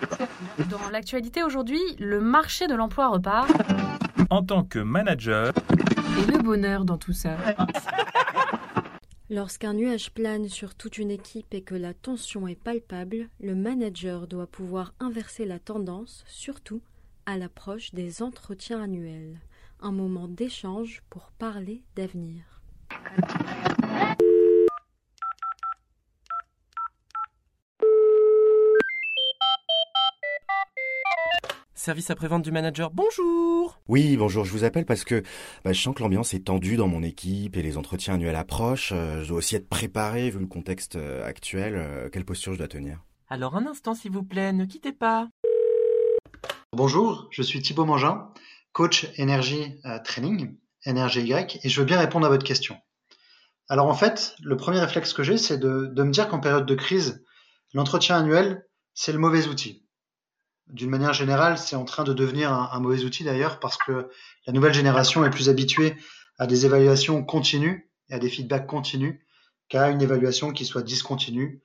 Dans l'actualité aujourd'hui, le marché de l'emploi repart. En tant que manager, Et le bonheur dans tout ça. Lorsqu'un nuage plane sur toute une équipe et que la tension est palpable, le manager doit pouvoir inverser la tendance, surtout à l'approche des entretiens annuels. Un moment d'échange pour parler d'avenir. Service après-vente du manager, bonjour! Oui, bonjour, je vous appelle parce que je sens que l'ambiance est tendue dans mon équipe et les entretiens annuels approchent. Je dois aussi être préparé vu le contexte actuel. Quelle posture je dois tenir? Alors un instant s'il vous plaît, ne quittez pas. Bonjour, je suis Thibaut Mangin, coach énergie training, NRGY, et je veux bien répondre à votre question. Alors en fait, le premier réflexe que j'ai, c'est de me dire qu'en période de crise, l'entretien annuel, c'est le mauvais outil. D'une manière générale, c'est en train de devenir un mauvais outil d'ailleurs parce que la nouvelle génération est plus habituée à des évaluations continues et à des feedbacks continus qu'à une évaluation qui soit discontinue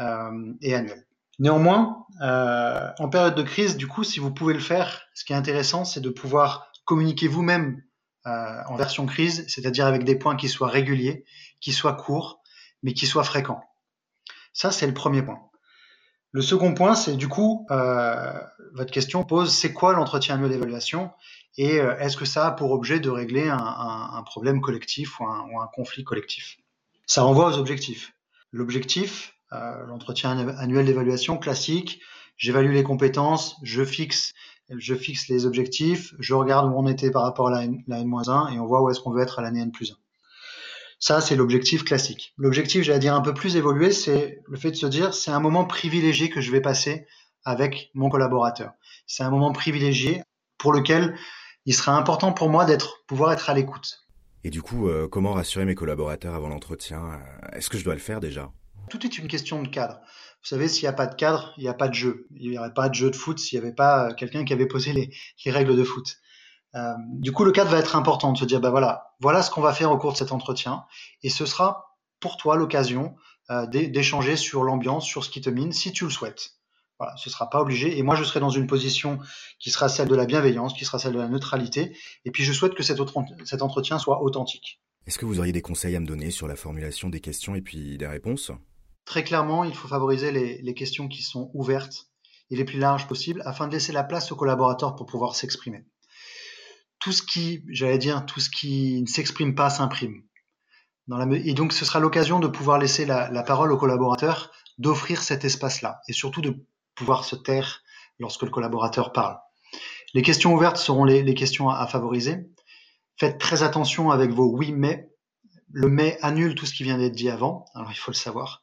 et annuelle. Néanmoins, en période de crise, du coup, si vous pouvez le faire, ce qui est intéressant, c'est de pouvoir communiquer vous-même en version crise, c'est-à-dire avec des points qui soient réguliers, qui soient courts, mais qui soient fréquents. Ça, c'est le premier point. Le second point, c'est du coup, votre question pose, c'est quoi l'entretien annuel d'évaluation et est-ce que ça a pour objet de régler un problème collectif ou un conflit collectif? Ça renvoie aux objectifs. L'objectif, l'entretien annuel d'évaluation classique, j'évalue les compétences, je fixe les objectifs, je regarde où on était par rapport à la N-1 et on voit où est-ce qu'on veut être à l'année N+1. Ça, c'est l'objectif classique. L'objectif, j'allais dire un peu plus évolué, c'est le fait de se dire, c'est un moment privilégié que je vais passer avec mon collaborateur. C'est un moment privilégié pour lequel il sera important pour moi pouvoir être à l'écoute. Et du coup, comment rassurer mes collaborateurs avant l'entretien? Est-ce que je dois le faire déjà? Tout est une question de cadre. Vous savez, s'il n'y a pas de cadre, il n'y a pas de jeu. Il n'y aurait pas de jeu de foot s'il n'y avait pas quelqu'un qui avait posé les règles de foot. Du coup, le cadre va être important de se dire, voilà ce qu'on va faire au cours de cet entretien, et ce sera pour toi l'occasion d'échanger sur l'ambiance, sur ce qui te mine, si tu le souhaites. Voilà, ce sera pas obligé, et moi je serai dans une position qui sera celle de la bienveillance, qui sera celle de la neutralité, et puis je souhaite que cet entretien soit authentique. Est-ce que vous auriez des conseils à me donner sur la formulation des questions et puis des réponses? Très clairement, il faut favoriser les questions qui sont ouvertes et les plus larges possibles, afin de laisser la place aux collaborateurs pour pouvoir s'exprimer. Tout ce qui ne s'exprime pas s'imprime. Et donc, ce sera l'occasion de pouvoir laisser la parole aux collaborateurs, d'offrir cet espace-là, et surtout de pouvoir se taire lorsque le collaborateur parle. Les questions ouvertes seront les questions à favoriser. Faites très attention avec vos oui, mais. Le mais annule tout ce qui vient d'être dit avant, alors il faut le savoir.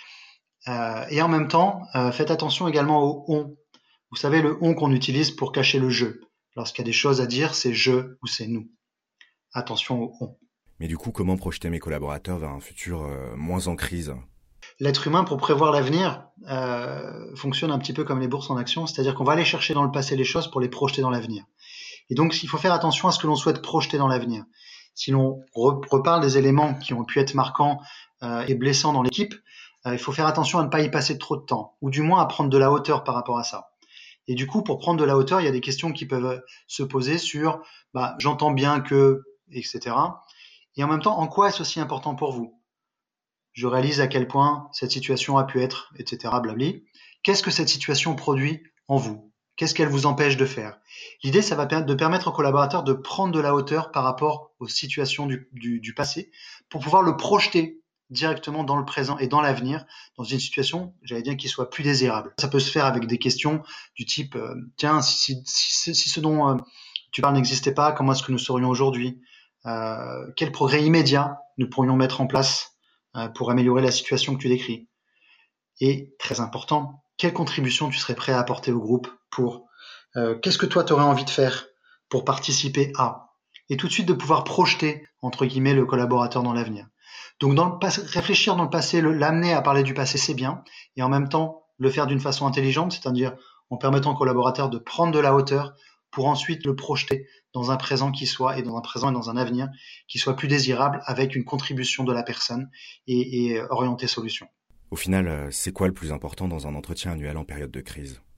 Et en même temps, faites attention également au on. Vous savez, le on qu'on utilise pour cacher le je. Lorsqu'il y a des choses à dire, c'est je ou c'est nous. Attention au on. Mais du coup, comment projeter mes collaborateurs vers un futur moins en crise? L'être humain, pour prévoir l'avenir, fonctionne un petit peu comme les bourses en action, c'est-à-dire qu'on va aller chercher dans le passé les choses pour les projeter dans l'avenir. Et donc, il faut faire attention à ce que l'on souhaite projeter dans l'avenir. Si l'on reparle des éléments qui ont pu être marquants et blessants dans l'équipe, il faut faire attention à ne pas y passer trop de temps, ou du moins à prendre de la hauteur par rapport à ça. Et du coup, pour prendre de la hauteur, il y a des questions qui peuvent se poser sur j'entends bien que, etc. Et en même temps, en quoi est-ce aussi important pour vous? Je réalise à quel point cette situation a pu être, etc. blabli. Qu'est-ce que cette situation produit en vous? Qu'est-ce qu'elle vous empêche de faire? L'idée, ça va de permettre aux collaborateurs de prendre de la hauteur par rapport aux situations du passé pour pouvoir le projeter directement dans le présent et dans l'avenir, dans une situation, j'allais dire, qui soit plus désirable. Ça peut se faire avec des questions du type tiens, si ce dont tu parles n'existait pas, comment est-ce que nous serions aujourd'hui? Quel progrès immédiat nous pourrions mettre en place pour améliorer la situation que tu décris? Et, très important, quelle contribution tu serais prêt à apporter au groupe pour qu'est-ce que toi tu aurais envie de faire pour participer à? Et tout de suite de pouvoir projeter, entre guillemets, le collaborateur dans l'avenir. Donc réfléchir dans le passé, l'amener à parler du passé, c'est bien, et en même temps le faire d'une façon intelligente, c'est-à-dire en permettant au collaborateur de prendre de la hauteur pour ensuite le projeter dans un présent et dans un avenir qui soit plus désirable avec une contribution de la personne et orienté solution. Au final, c'est quoi le plus important dans un entretien annuel en période de crise?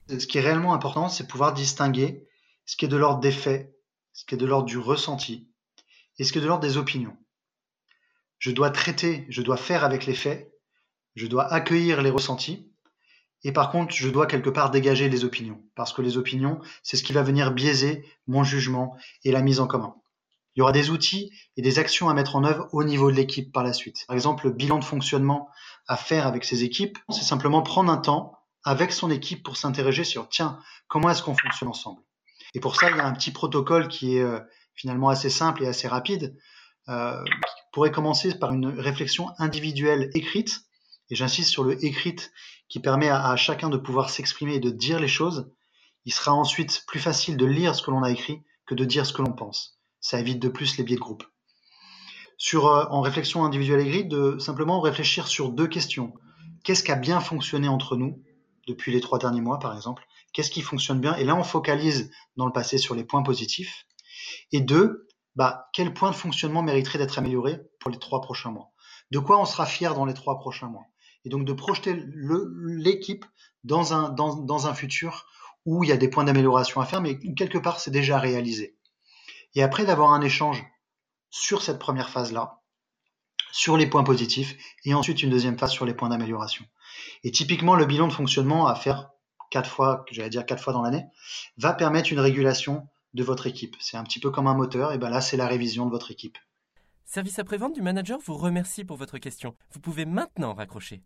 Ce qui est réellement important, c'est pouvoir distinguer ce qui est de l'ordre des faits, ce qui est de l'ordre du ressenti et ce qui est de l'ordre des opinions. Je dois faire avec les faits, je dois accueillir les ressentis, et par contre, je dois quelque part dégager les opinions, parce que les opinions, c'est ce qui va venir biaiser mon jugement et la mise en commun. Il y aura des outils et des actions à mettre en œuvre au niveau de l'équipe par la suite. Par exemple, le bilan de fonctionnement à faire avec ses équipes, c'est simplement prendre un temps avec son équipe pour s'interroger sur, tiens, comment est-ce qu'on fonctionne ensemble? Et pour ça, il y a un petit protocole qui est finalement assez simple et assez rapide, qui pourrait commencer par une réflexion individuelle écrite, et j'insiste sur le écrite qui permet à chacun de pouvoir s'exprimer et de dire les choses. Il sera ensuite plus facile de lire ce que l'on a écrit que de dire ce que l'on pense. Ça évite de plus les biais de groupe. En réflexion individuelle écrite, de simplement réfléchir sur 2 questions. Qu'est-ce qui a bien fonctionné entre nous depuis les 3 derniers mois, par exemple? Qu'est-ce qui fonctionne bien? Et là, on focalise dans le passé sur les points positifs. Et 2, quel point de fonctionnement mériterait d'être amélioré pour les 3 prochains mois? De quoi on sera fier dans les 3 prochains mois? Et donc de projeter l'équipe dans un futur où il y a des points d'amélioration à faire, mais quelque part c'est déjà réalisé. Et après d'avoir un échange sur cette première phase-là, sur les points positifs, et ensuite une deuxième phase sur les points d'amélioration. Et typiquement, le bilan de fonctionnement à faire 4 fois dans l'année, va permettre une régulation de votre équipe. C'est un petit peu comme un moteur, et là c'est la révision de votre équipe. Service après-vente du manager vous remercie pour votre question. Vous pouvez maintenant raccrocher.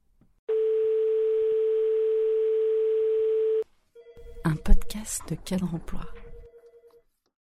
Un podcast de Cadre Emploi.